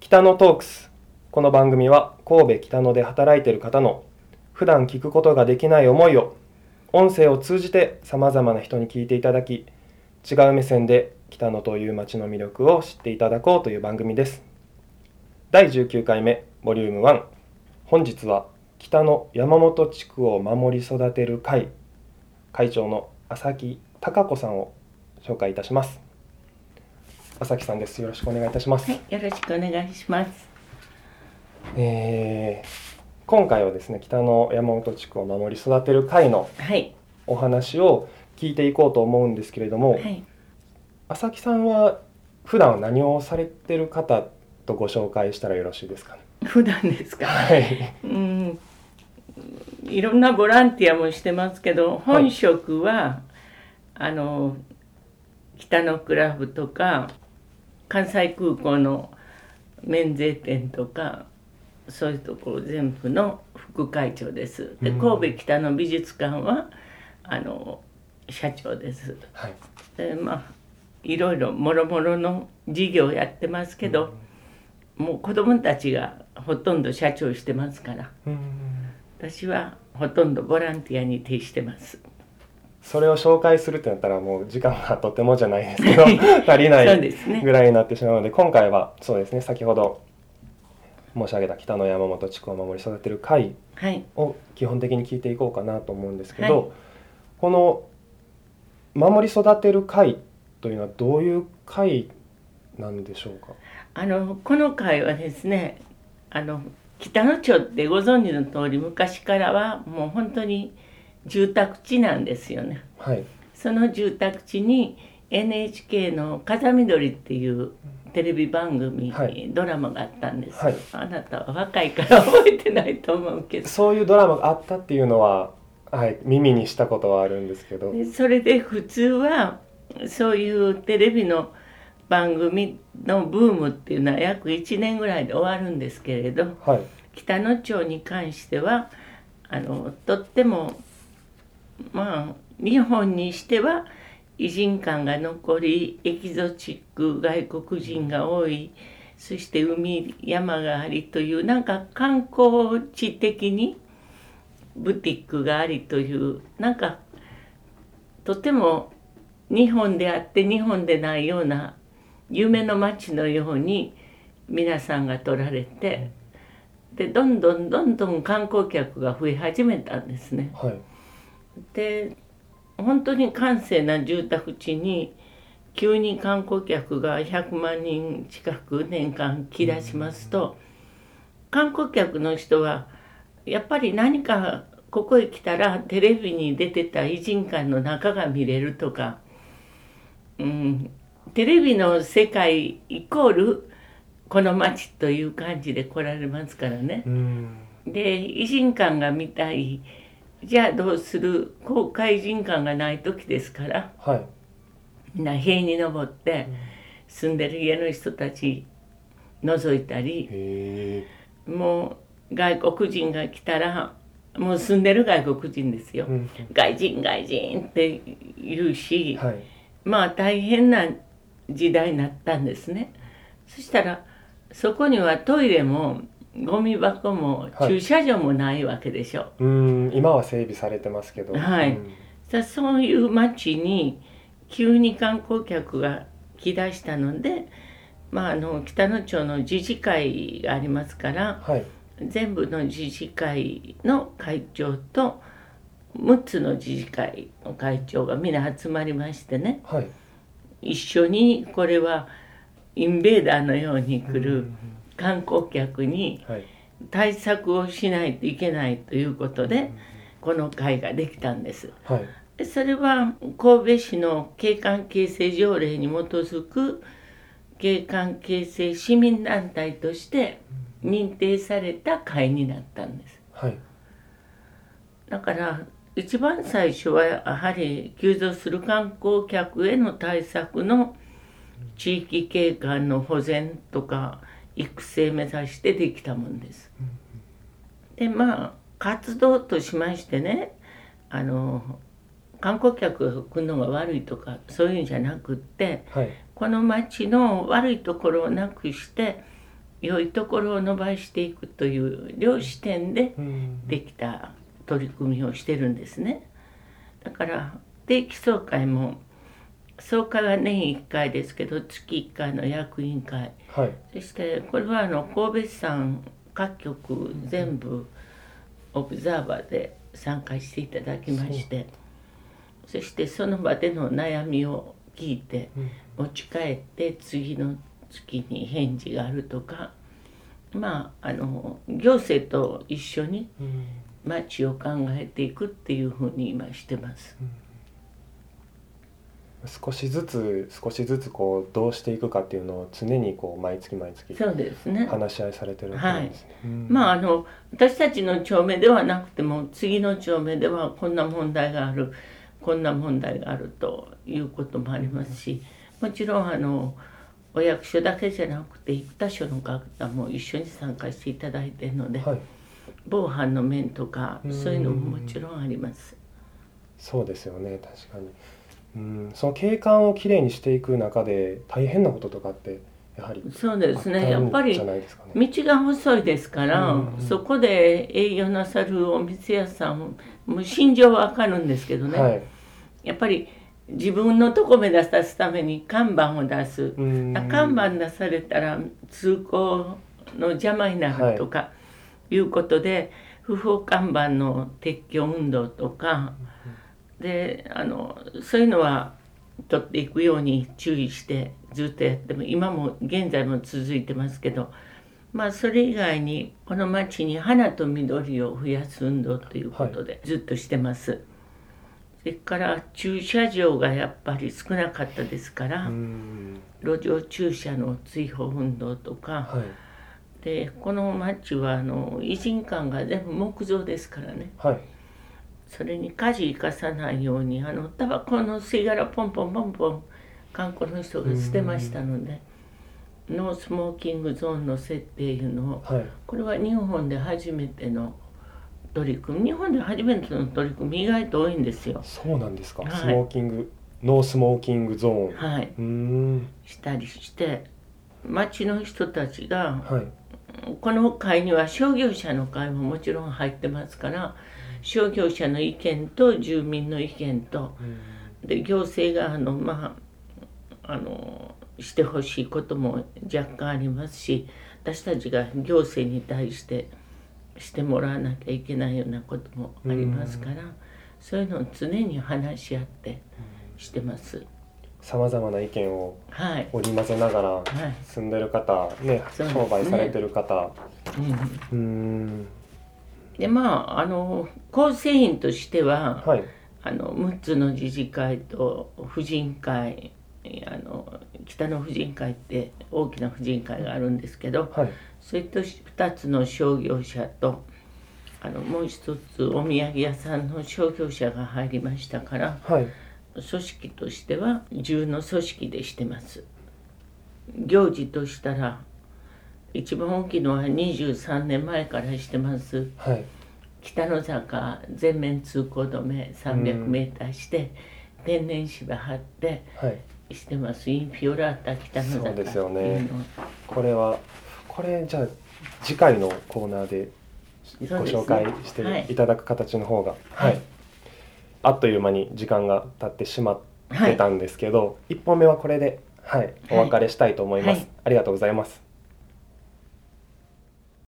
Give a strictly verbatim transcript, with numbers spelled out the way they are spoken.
北野トークス。この番組は神戸北野で働いている方の普段聞くことができない思いを音声を通じてさまざまな人に聞いていただき、違う目線で北野という街の魅力を知っていただこうという番組です。だいじゅうきゅうかいめボリュームいち。本日は北野山本地区を守り育てる会会長の浅木貴子さんを紹介いたします。浅木さんです。よろしくお願いいたします。 はい、よろしくお願いします。 えー、今回はですね、北野山本地区を守り育てる会のお話を聞いていこうと思うんですけれども、はい、浅木さんは普段何をされてる方とご紹介したらよろしいですかね。 普段ですか。 はい、 うん、いろんなボランティアもしてますけど、本職は、はい、あの北野クラブとか関西空港の免税店とかそういうところ全部の副会長です。で、神戸北野美術館はあの社長です。はい、でまあいろいろもろもろの事業をやってますけど、うん、もう子どもたちがほとんど社長してますから、うん、私はほとんどボランティアに徹してます。 それを紹介するってなったらもう時間がとてもじゃないですけど足りないぐらいになってしまうので、今回はそうですね、先ほど申し上げた北野山本地区を守り育てる会を基本的に聞いていこうかなと思うんですけど、はい、この守り育てる会というのはどういう会なんでしょうか。 あのこの会はですね、あの北野町ってご存知の通り昔からはもう本当に住宅地なんですよね。はい、その住宅地に エヌエイチケー の風見鶏っていうテレビ番組、はい、ドラマがあったんです、はい、あなたは若いから覚えてないと思うけど、 そういうドラマがあったっていうのは、はい、耳にしたことはあるんですけど、 でそれで普通はそういうテレビの番組のブームっていうのは約いちねんぐらいで終わるんですけれど、はい、北野町に関してはあのとってもまあ日本にしては異人感が残り、エキゾチック外国人が多い、そして海山がありというなんか観光地的にブティックがありというなんかとても日本であって日本でないような夢の街のように皆さんが取られて、でどんどんどんどん観光客が増え始めたんですね。はい、で本当に閑静な住宅地に急に観光客がひゃくまんにん近く年間来だしますと、観光客の人はやっぱり何かここへ来たらテレビに出てた異人館の中が見れるとか、うん、テレビの世界イコールこの街という感じで来られますからね。で異人館が見たい、じゃあどうする、公開人館がない時ですから、はい、みんな塀に登って住んでる家の人たち覗いたり、へもう外国人が来たらもう住んでる外国人ですよ、うん、外人外人って言うし、はい、まあ大変な時代になったんですね。そしたらそこにはトイレもゴミ箱も駐車場もないわけでしょ、はい、 うん今は整備されてますけど、 はい、うん、そういう町に急に観光客が来だしたので、まあ、あの北野町の自治会がありますから、はい、全部の自治会の会長とむっつの自治会の会長がみんな集まりましてね、はい、一緒にこれはインベーダーのように来る観光客に対策をしないといけないということでこの会ができたんです、はい、それは神戸市の景観形成条例に基づく景観形成市民団体として認定された会になったんです、はい、だから一番最初はやはり急増する観光客への対策の地域景観の保全とか育成目指してできたもんです。でまあ活動としましてね、あの観光客が来るのが悪いとかそういうんじゃなくって、はい、この町の悪いところをなくして良いところを伸ばしていくという両視点でできた取り組みをしてるんですね。だから定期総会も総会は年いっかいですけど月いっかいの役員会、 はい、 そしてこれはあの神戸市さん各局全部オブザーバーで参加していただきまして、そしてその場での悩みを聞いて持ち帰って次の月に返事があるとか、まああの行政と一緒に町を考えていくっていうふうに今してます。 うん少しずつ少しずつこうどうしていくかっていうのを常にこう毎月毎月そうですね話し合いされてるわけなんですね。 はい、うん、まああの私たちの町名ではなくても次の町名ではこんな問題があるこんな問題があるということもありますし、もちろんあのお役所だけじゃなくて幾多所の方も一緒に参加していただいているので、はい、防犯の面とかそういうのももちろんあります。 そうですよね、確かに。うん、その景観をきれいにしていく中で大変なこととかってやはりそうですね、やっぱり道が細いですから、うんうん、そこで営業なさるお店屋さんもう心情は分かるんですけどね、はい、やっぱり自分のとこ目指すために看板を出す、看板出されたら通行の邪魔になるとか、はい、いうことで不法看板の撤去運動とか、であのそういうのは取っていくように注意してずっとやっても今も現在も続いてますけど、まあそれ以外にこの町に花と緑を増やす運動ということでずっとしてます。はい、それから駐車場がやっぱり少なかったですから路上駐車の追放運動とか、はい、でこの町はあの異人館が全部木造ですからね、はい、それに火事生かさないようにあのタバコの吸い殻ポンポンポンポン観光の人が捨てましたので、ノースモーキングゾーンの設定いうのを、はい、これは日本で初めての取り組み、日本で初めての取り組み意外と多いんですよ。 そうなんですか、はい、スモーキングノースモーキングゾーン、 はい、うーんしたりして町の人たちが、はい、この会には商業者の会ももちろん入ってますから商業者の意見と住民の意見と、で行政側のまああのしてほしいことも若干ありますし、私たちが行政に対してしてもらわなきゃいけないようなこともありますから、そういうのを常に話し合ってしてます。 さまざまな意見を織り交ぜながら住んでる方、はいね、商売されてる方、うん、うんでまああの構成員としては、はい、あのむっつの自治会と婦人会、あの北の婦人会って大きな婦人会があるんですけど、はい、それとふたつの商業者とあのもう一つお土産屋さんの商業者が入りましたから、はい、組織としてはじゅうの組織でしてます。行事としたら一番大きいのはにじゅうさんねんまえからしてます、はい、北の坂全面通行止めさんびゃくメーターして天然芝張ってしてます、はい、インフィオラータ北の坂。 そうですよね。これはこれじゃあ次回のコーナーでご紹介していただく形の方が、はいはい、あっという間に時間が経ってしまってたんですけど、はい、いっぽんめはこれで、はい、お別れしたいと思います、はい、ありがとうございます。